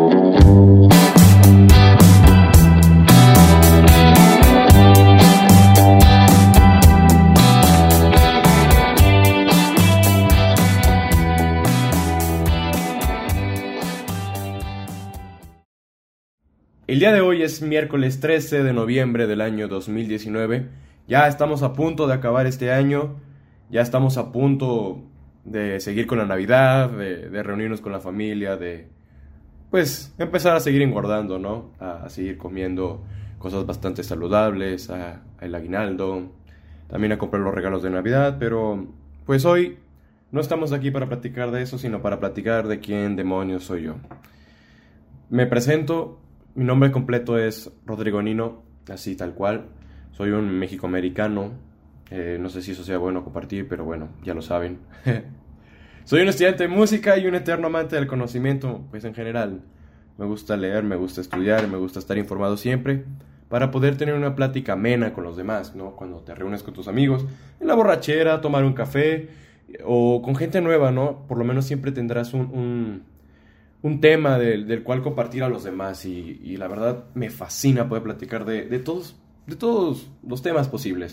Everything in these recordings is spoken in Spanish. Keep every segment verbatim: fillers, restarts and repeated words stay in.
El día de hoy es miércoles trece de noviembre del año dos mil diecinueve. Ya estamos a punto de acabar este año. Ya estamos a punto de seguir con la Navidad, de, de reunirnos con la familia, de pues empezar a seguir engordando, ¿no? A, a seguir comiendo cosas bastante saludables, a, a el aguinaldo, también a comprar los regalos de Navidad. Pero pues hoy no estamos aquí para platicar de eso, sino para platicar de quién demonios soy yo. Me presento. Mi nombre completo es Rodrigo Nino, así tal cual. Soy un mexicoamericano. Eh, no sé si eso sea bueno compartir, pero bueno, ya lo saben. Soy un estudiante de música y un eterno amante del conocimiento, pues en general. Me gusta leer, me gusta estudiar, me gusta estar informado siempre, para poder tener una plática amena con los demás, ¿no? Cuando te reúnes con tus amigos, en la borrachera, tomar un café, o con gente nueva, ¿no? Por lo menos siempre tendrás un... un un tema del, del cual compartir a los demás y, y la verdad me fascina poder platicar de, de, todos, de todos los temas posibles.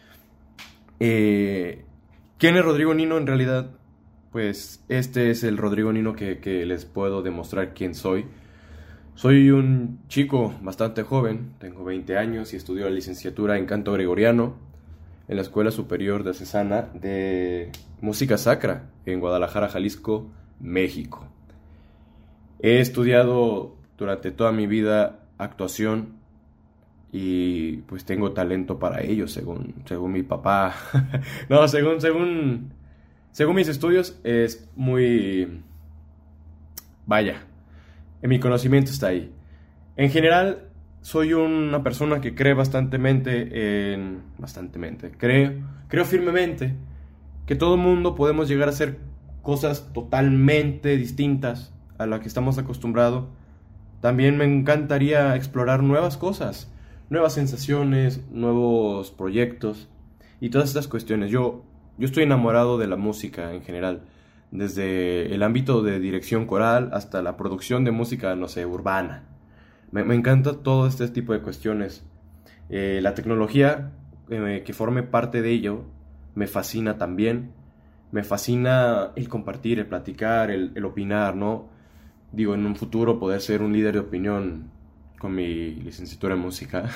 Eh, ¿Quién es Rodrigo Nino en realidad? Pues este es el Rodrigo Nino que, que les puedo demostrar quién soy. Soy un chico bastante joven, tengo veinte años y estudio la licenciatura en canto gregoriano en la Escuela Superior Diocesana de Música Sacra en Guadalajara, Jalisco, México. He estudiado durante toda mi vida actuación y pues tengo talento para ello, según, según mi papá. no, según, según, según mis estudios es muy... Vaya, en mi conocimiento está ahí. En general, soy una persona que cree bastantemente en... Bastantemente, creo, creo firmemente que todo mundo podemos llegar a hacer cosas totalmente distintas a la que estamos acostumbrados. También me encantaría explorar nuevas cosas, nuevas sensaciones, nuevos proyectos y todas estas cuestiones. Yo, yo estoy enamorado de la música en general, desde el ámbito de dirección coral hasta la producción de música, no sé, urbana. Me, me encanta todo este tipo de cuestiones. Eh, la tecnología eh, que forme parte de ello me fascina también. Me fascina el compartir, el platicar, el, el opinar, ¿no? Digo, en un futuro poder ser un líder de opinión con mi licenciatura en música.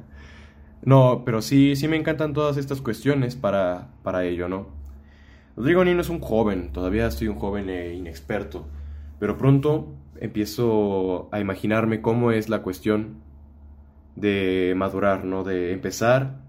No, pero sí, sí me encantan todas estas cuestiones para, para ello, ¿no? Rodrigo Nino es un joven, todavía estoy un joven e inexperto, pero pronto empiezo a imaginarme cómo es la cuestión de madurar, ¿no? De empezar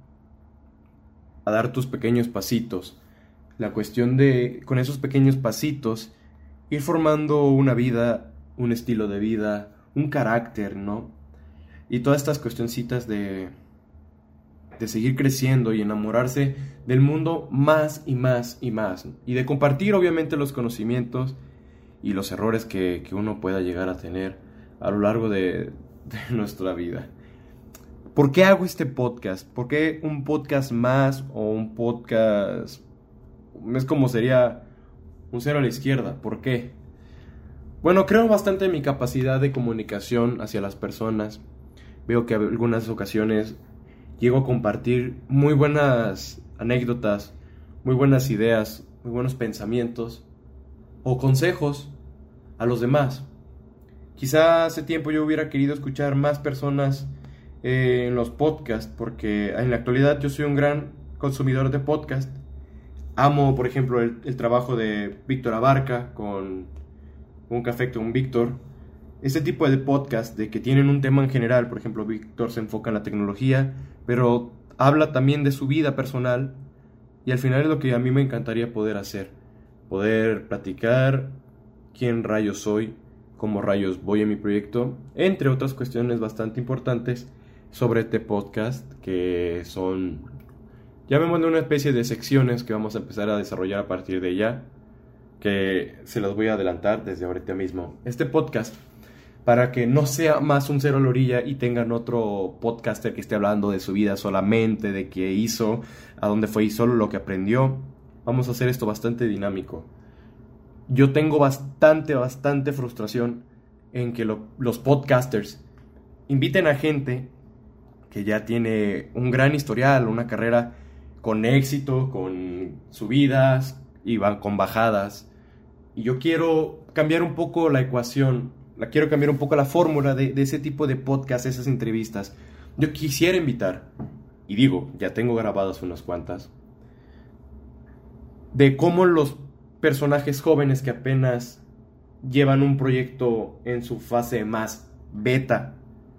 a dar tus pequeños pasitos. La cuestión de, con esos pequeños pasitos, ir formando una vida, un estilo de vida, un carácter, ¿no? Y todas estas cuestioncitas de, de seguir creciendo y enamorarse del mundo más y más y más. Y de compartir, obviamente, los conocimientos y los errores que, que uno pueda llegar a tener a lo largo de, de nuestra vida. ¿Por qué hago este podcast? ¿Por qué un podcast más o un podcast... Es como sería un cero a la izquierda? ¿Por qué? Bueno, creo bastante en mi capacidad de comunicación hacia las personas. Veo que en algunas ocasiones llego a compartir muy buenas anécdotas, muy buenas ideas, muy buenos pensamientos o consejos a los demás. Quizá hace tiempo yo hubiera querido escuchar más personas eh, en los podcasts, porque en la actualidad yo soy un gran consumidor de podcasts. Amo, por ejemplo, el, el trabajo de Víctor Abarca con Un Café con Víctor. Este tipo de podcast de que tienen un tema en general. Por ejemplo, Víctor se enfoca en la tecnología, pero habla también de su vida personal. Y al final es lo que a mí me encantaría poder hacer. Poder platicar quién rayos soy, cómo rayos voy en mi proyecto, entre otras cuestiones bastante importantes sobre este podcast, que son... llamémosle una especie de secciones que vamos a empezar a desarrollar a partir de ya, que se las voy a adelantar desde ahorita mismo. Este podcast, para que no sea más un cero a la orilla y tengan otro podcaster que esté hablando de su vida solamente, de qué hizo, a dónde fue y solo lo que aprendió, vamos a hacer esto bastante dinámico. Yo tengo bastante, bastante frustración en que lo, los podcasters inviten a gente que ya tiene un gran historial, una carrera con éxito, con subidas y va- con bajadas. Y yo quiero cambiar un poco la ecuación, la quiero cambiar un poco la fórmula de, de ese tipo de podcast, esas entrevistas. Yo quisiera invitar, y digo, ya tengo grabadas unas cuantas, de cómo los personajes jóvenes que apenas llevan un proyecto en su fase más beta,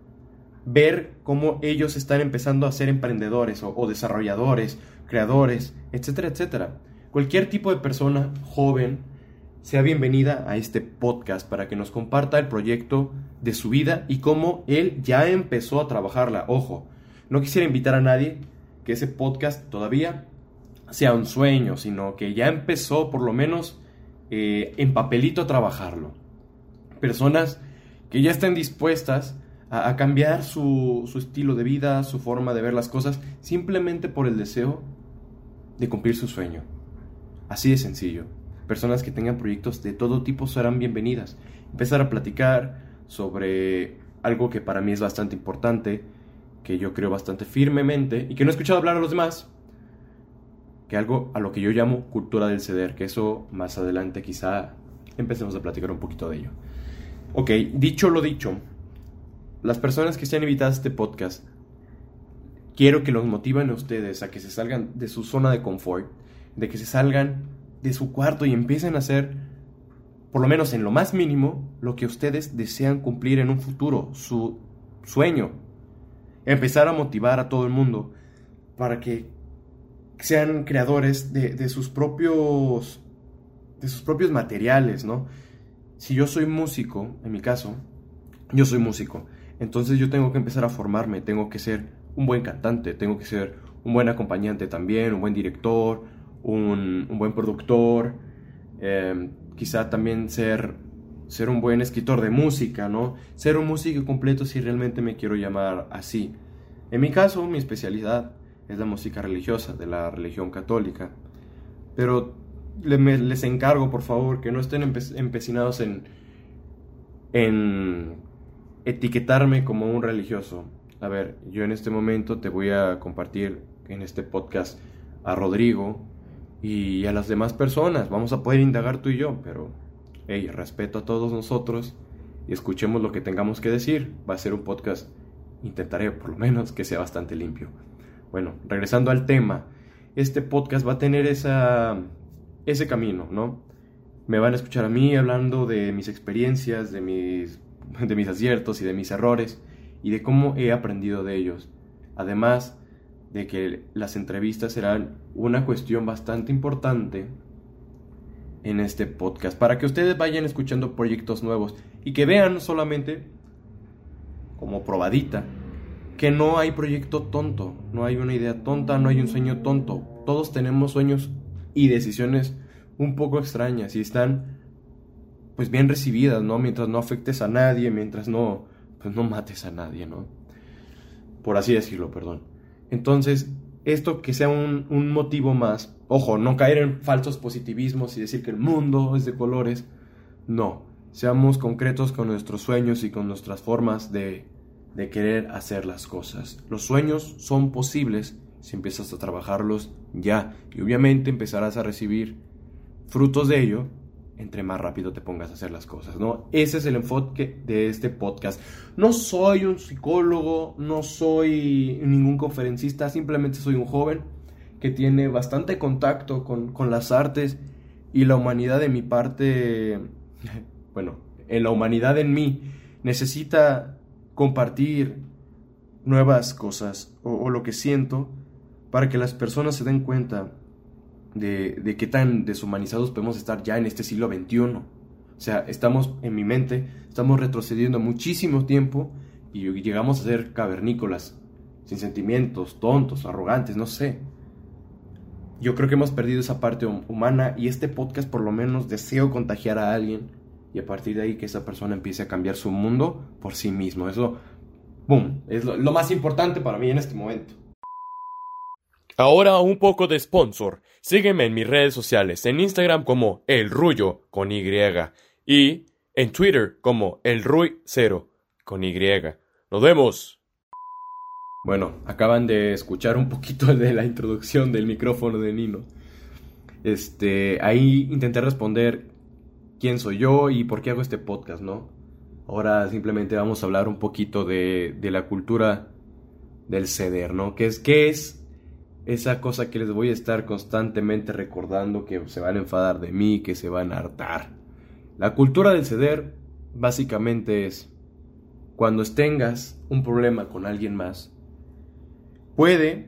ver cómo ellos están empezando a ser emprendedores o, o desarrolladores, creadores, etcétera, etcétera. Cualquier tipo de persona joven sea bienvenida a este podcast para que nos comparta el proyecto de su vida y cómo él ya empezó a trabajarla. Ojo, no quisiera invitar a nadie que ese podcast todavía sea un sueño, sino que ya empezó por lo menos eh, en papelito a trabajarlo. Personas que ya estén dispuestas a, a cambiar su, su estilo de vida, su forma de ver las cosas, simplemente por el deseo de cumplir su sueño. Así de sencillo. Personas que tengan proyectos de todo tipo serán bienvenidas. Empezar a platicar sobre algo que para mí es bastante importante, que yo creo bastante firmemente y que no he escuchado hablar a los demás, que algo a lo que yo llamo cultura del ceder, que eso más adelante quizá empecemos a platicar un poquito de ello. Ok, dicho lo dicho, las personas que sean invitadas a este podcast, quiero que los motiven a ustedes a que se salgan de su zona de confort, de que se salgan de su cuarto y empiecen a hacer, por lo menos en lo más mínimo, lo que ustedes desean cumplir en un futuro, su sueño. Empezar a motivar a todo el mundo para que sean creadores de, de sus propios de sus propios materiales, ¿no? Si yo soy músico, en mi caso, yo soy músico, entonces yo tengo que empezar a formarme, tengo que ser un buen cantante, tengo que ser un buen acompañante también, un buen director, un, un buen productor, eh, quizá también ser, ser un buen escritor de música, ¿no? Ser un músico completo si realmente me quiero llamar así. En mi caso, mi especialidad es la música religiosa, de la religión católica, pero le, me, les encargo, por favor, que no estén empe- empecinados en, en etiquetarme como un religioso. A ver, yo en este momento te voy a compartir en este podcast a Rodrigo y a las demás personas. Vamos a poder indagar tú y yo, pero hey, respeto a todos nosotros y escuchemos lo que tengamos que decir. Va a ser un podcast, intentaré por lo menos que sea bastante limpio. Bueno, regresando al tema, este podcast va a tener esa, ese camino, ¿no? Me van a escuchar a mí hablando de mis experiencias, de mis, de mis aciertos y de mis errores y de cómo he aprendido de ellos. Además de que las entrevistas serán una cuestión bastante importante en este podcast, para que ustedes vayan escuchando proyectos nuevos y que vean solamente como probadita que no hay proyecto tonto, no hay una idea tonta, no hay un sueño tonto. Todos tenemos sueños y decisiones un poco extrañas y están pues bien recibidas, ¿no? Mientras no afectes a nadie, mientras no pues no mates a nadie, ¿no? Por así decirlo, perdón. Entonces, esto que sea un, un motivo más, ojo, no caer en falsos positivismos y decir que el mundo es de colores, no, seamos concretos con nuestros sueños y con nuestras formas de, de querer hacer las cosas. Los sueños son posibles si empiezas a trabajarlos ya, y obviamente empezarás a recibir frutos de ello entre más rápido te pongas a hacer las cosas, ¿no? Ese es el enfoque de este podcast. No soy un psicólogo, no soy ningún conferencista, simplemente soy un joven que tiene bastante contacto con, con las artes y la humanidad de mi parte, bueno, en la humanidad en mí necesita compartir nuevas cosas o, o lo que siento para que las personas se den cuenta De, de qué tan deshumanizados podemos estar ya en este siglo veintiuno. O sea, estamos, en mi mente, estamos retrocediendo muchísimo tiempo y llegamos a ser cavernícolas, sin sentimientos, tontos, arrogantes, no sé. Yo creo que hemos perdido esa parte humana y este podcast por lo menos deseo contagiar a alguien y a partir de ahí que esa persona empiece a cambiar su mundo por sí mismo. Eso, boom, es lo, lo más importante para mí en este momento. Ahora un poco de sponsor. Sígueme en mis redes sociales, en Instagram como El Rullo con Y y En Twitter como el Rui cero con Y. ¡Nos vemos! Bueno, acaban de escuchar un poquito de la introducción del micrófono de Nino. Este, ahí intenté responder quién soy yo y por qué hago este podcast, ¿no? Ahora simplemente vamos a hablar un poquito de, de la cultura del ceder, ¿no? ¿Qué es, qué es esa cosa que les voy a estar constantemente recordando, que se van a enfadar de mí, que se van a hartar? La cultura del ceder básicamente es cuando tengas un problema con alguien más, puede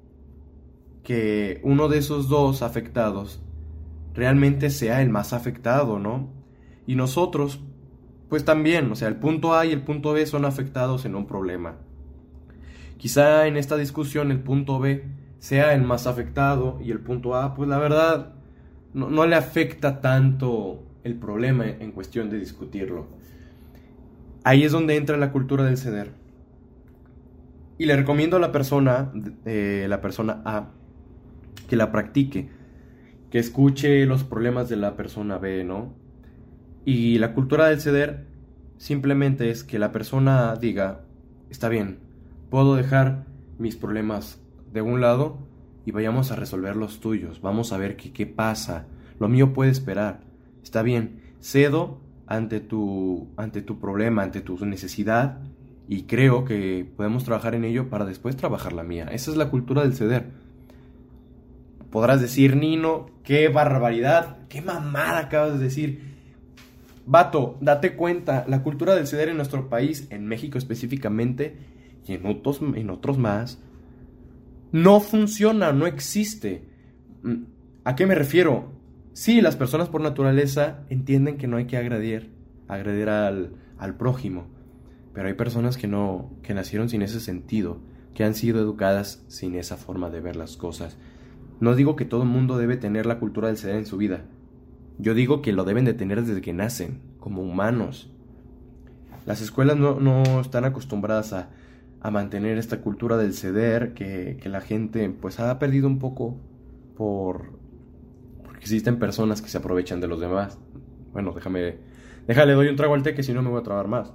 que uno de esos dos afectados realmente sea el más afectado, ¿no? Y nosotros, pues también, o sea, el punto A y el punto B son afectados en un problema. Quizá en esta discusión el punto B sea el más afectado y el punto A, pues la verdad, no, no le afecta tanto el problema en cuestión de discutirlo. Ahí es donde entra la cultura del ceder. Y le recomiendo a la persona, eh, la persona A, que la practique, que escuche los problemas de la persona B, ¿no? Y la cultura del ceder simplemente es que la persona A diga, está bien, puedo dejar mis problemas de un lado y vayamos a resolver los tuyos, vamos a ver qué, qué pasa, lo mío puede esperar, está bien, cedo ante tu, ante tu problema, ante tu necesidad, y creo que podemos trabajar en ello para después trabajar la mía. Esa es la cultura del ceder. Podrás decir, Nino, qué barbaridad, qué mamada acabas de decir. Vato, date cuenta, la cultura del ceder en nuestro país, en México específicamente, y en otros, en otros más, no funciona, no existe. ¿A qué me refiero? Sí, las personas por naturaleza entienden que no hay que agredir, agredir al, al prójimo, pero hay personas que no, que nacieron sin ese sentido, que han sido educadas sin esa forma de ver las cosas. No digo que todo el mundo debe tener la cultura del ceder en su vida. Yo digo que lo deben de tener desde que nacen, como humanos. Las escuelas no, no están acostumbradas a, a mantener esta cultura del ceder, que, que la gente pues ha perdido un poco por... porque existen personas que se aprovechan de los demás. Bueno, déjame... Déjale, doy un trago al té, que si no me voy a trabar más.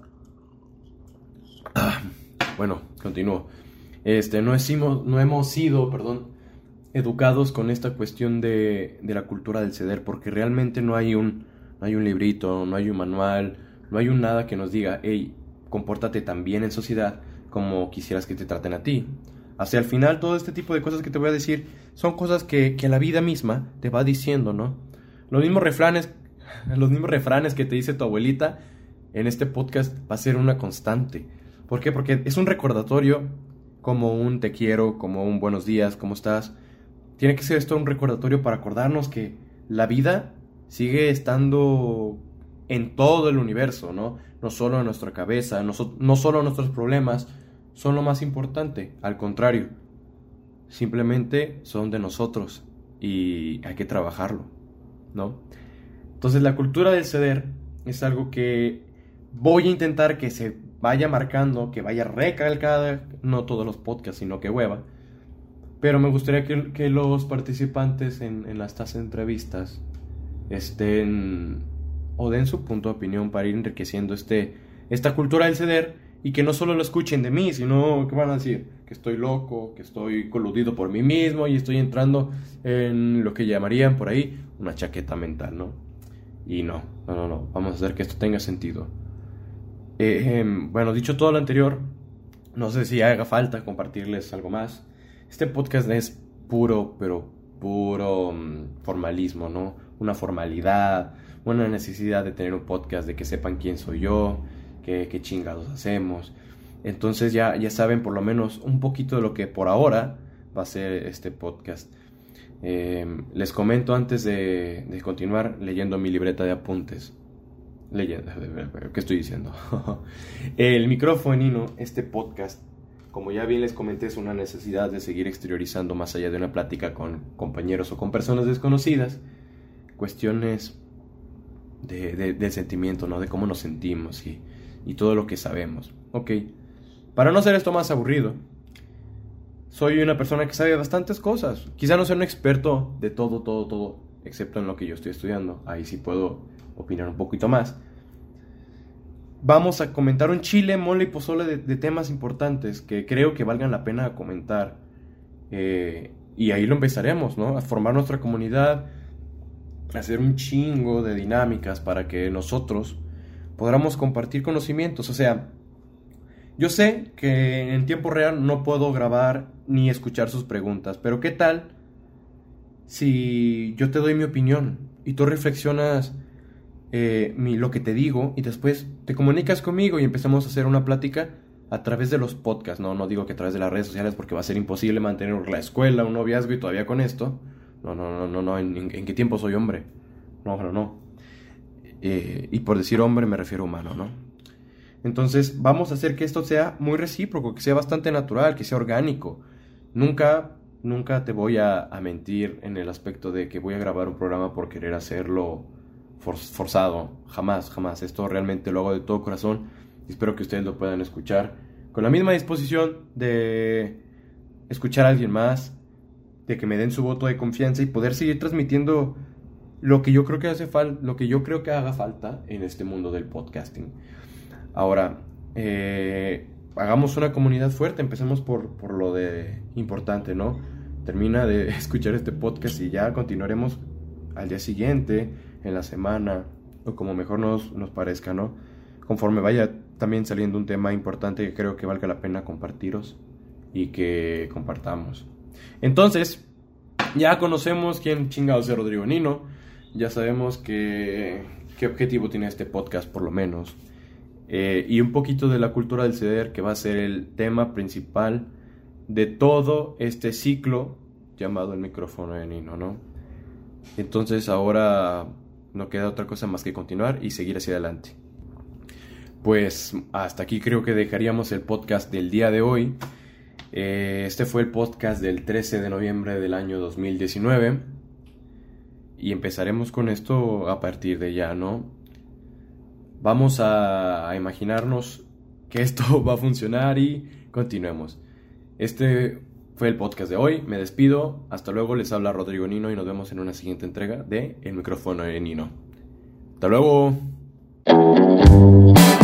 Bueno, continúo. Este, no hemos, no hemos sido, perdón, educados con esta cuestión de, de la cultura del ceder, porque realmente no hay un, no hay un librito, no hay un manual, no hay un nada que nos diga, hey, compórtate tan bien en sociedad como quisieras que te traten a ti. Hacia el final, todo este tipo de cosas que te voy a decir son cosas que, que la vida misma te va diciendo, ¿no? Los mismos refranes, los mismos refranes que te dice tu abuelita en este podcast va a ser una constante. ¿Por qué? Porque es un recordatorio, como un te quiero, como un buenos días, ¿cómo estás? Tiene que ser esto un recordatorio para acordarnos que la vida sigue estando en todo el universo, ¿no? No solo en nuestra cabeza, no, so- no solo nuestros problemas son lo más importante, al contrario, simplemente son de nosotros y hay que trabajarlo, ¿no? Entonces la cultura del ceder es algo que voy a intentar que se vaya marcando, que vaya recalcada, no todos los podcasts, sino que hueva. Pero me gustaría que, que los participantes en, en estas entrevistas estén o den su punto de opinión para ir enriqueciendo este, esta cultura del ceder, y que no solo lo escuchen de mí, sino que van a decir que estoy loco, que estoy coludido por mí mismo y estoy entrando en lo que llamarían por ahí una chaqueta mental, ¿no? Y no, no, no, no, vamos a hacer que esto tenga sentido. Eh, eh, bueno, dicho todo lo anterior, no sé si haga falta compartirles algo más. Este podcast es puro, pero puro um, formalismo, ¿no? Una formalidad, una necesidad de tener un podcast, de que sepan quién soy yo, qué, qué chingados hacemos. Entonces ya, ya saben por lo menos un poquito de lo que por ahora va a ser este podcast. Eh, les comento antes de, de continuar leyendo mi libreta de apuntes. Leyendo, ¿qué estoy diciendo? El micrófono, Nino, este podcast, como ya bien les comenté, es una necesidad de seguir exteriorizando más allá de una plática con compañeros o con personas desconocidas, cuestiones de, de, del sentimiento, ¿no? De cómo nos sentimos y, y todo lo que sabemos. Ok, para no hacer esto más aburrido, soy una persona que sabe bastantes cosas. Quizá no sea un experto de todo, todo, todo, excepto en lo que yo estoy estudiando. Ahí sí puedo opinar un poquito más. vamos a comentar un chile, mole y pozole de, de temas importantes que creo que valgan la pena comentar. Eh, y ahí lo empezaremos, ¿no? A formar nuestra comunidad, a hacer un chingo de dinámicas para que nosotros podamos compartir conocimientos. O sea, yo sé que en tiempo real no puedo grabar ni escuchar sus preguntas, pero ¿qué tal si yo te doy mi opinión y tú reflexionas eh, mi, lo que te digo y después te comunicas conmigo y empezamos a hacer una plática a través de los podcasts? No, no digo que a través de las redes sociales porque va a ser imposible mantener la escuela, un noviazgo y todavía con esto. No, no, no, no, no. ¿En, en, en qué tiempo soy hombre? No, no, no. Eh, y por decir hombre me refiero a humano, ¿no? Entonces vamos a hacer que esto sea muy recíproco, que sea bastante natural, que sea orgánico. Nunca, nunca te voy a, a mentir en el aspecto de que voy a grabar un programa por querer hacerlo for, forzado. Jamás, jamás. Esto realmente lo hago de todo corazón y espero que ustedes lo puedan escuchar con la misma disposición de escuchar a alguien más, de que me den su voto de confianza y poder seguir transmitiendo lo que yo creo que hace falta, lo que yo creo que haga falta en este mundo del podcasting. Ahora, eh, hagamos una comunidad fuerte, empecemos por, por lo de importante, ¿no? Termina de escuchar este podcast y ya continuaremos al día siguiente, en la semana, o como mejor nos, nos parezca, ¿no? Conforme vaya también saliendo un tema importante que creo que valga la pena compartiros y que compartamos. Entonces, ya conocemos quién chingados es Rodrigo Nino, ya sabemos que, qué objetivo tiene este podcast por lo menos, eh, y un poquito de la cultura del ceder, que va a ser el tema principal de todo este ciclo llamado el micrófono de Nino, ¿no? Entonces ahora no queda otra cosa más que continuar y seguir hacia adelante. Pues hasta aquí creo que dejaríamos el podcast del día de hoy. Este fue el podcast del trece de noviembre del año dos mil diecinueve y empezaremos con esto a partir de ya, ¿no? Vamos a, a imaginarnos que esto va a funcionar y continuemos. Este fue el podcast de hoy, me despido, hasta luego, les habla Rodrigo Nino y nos vemos en una siguiente entrega de El Micrófono de Nino. ¡Hasta luego!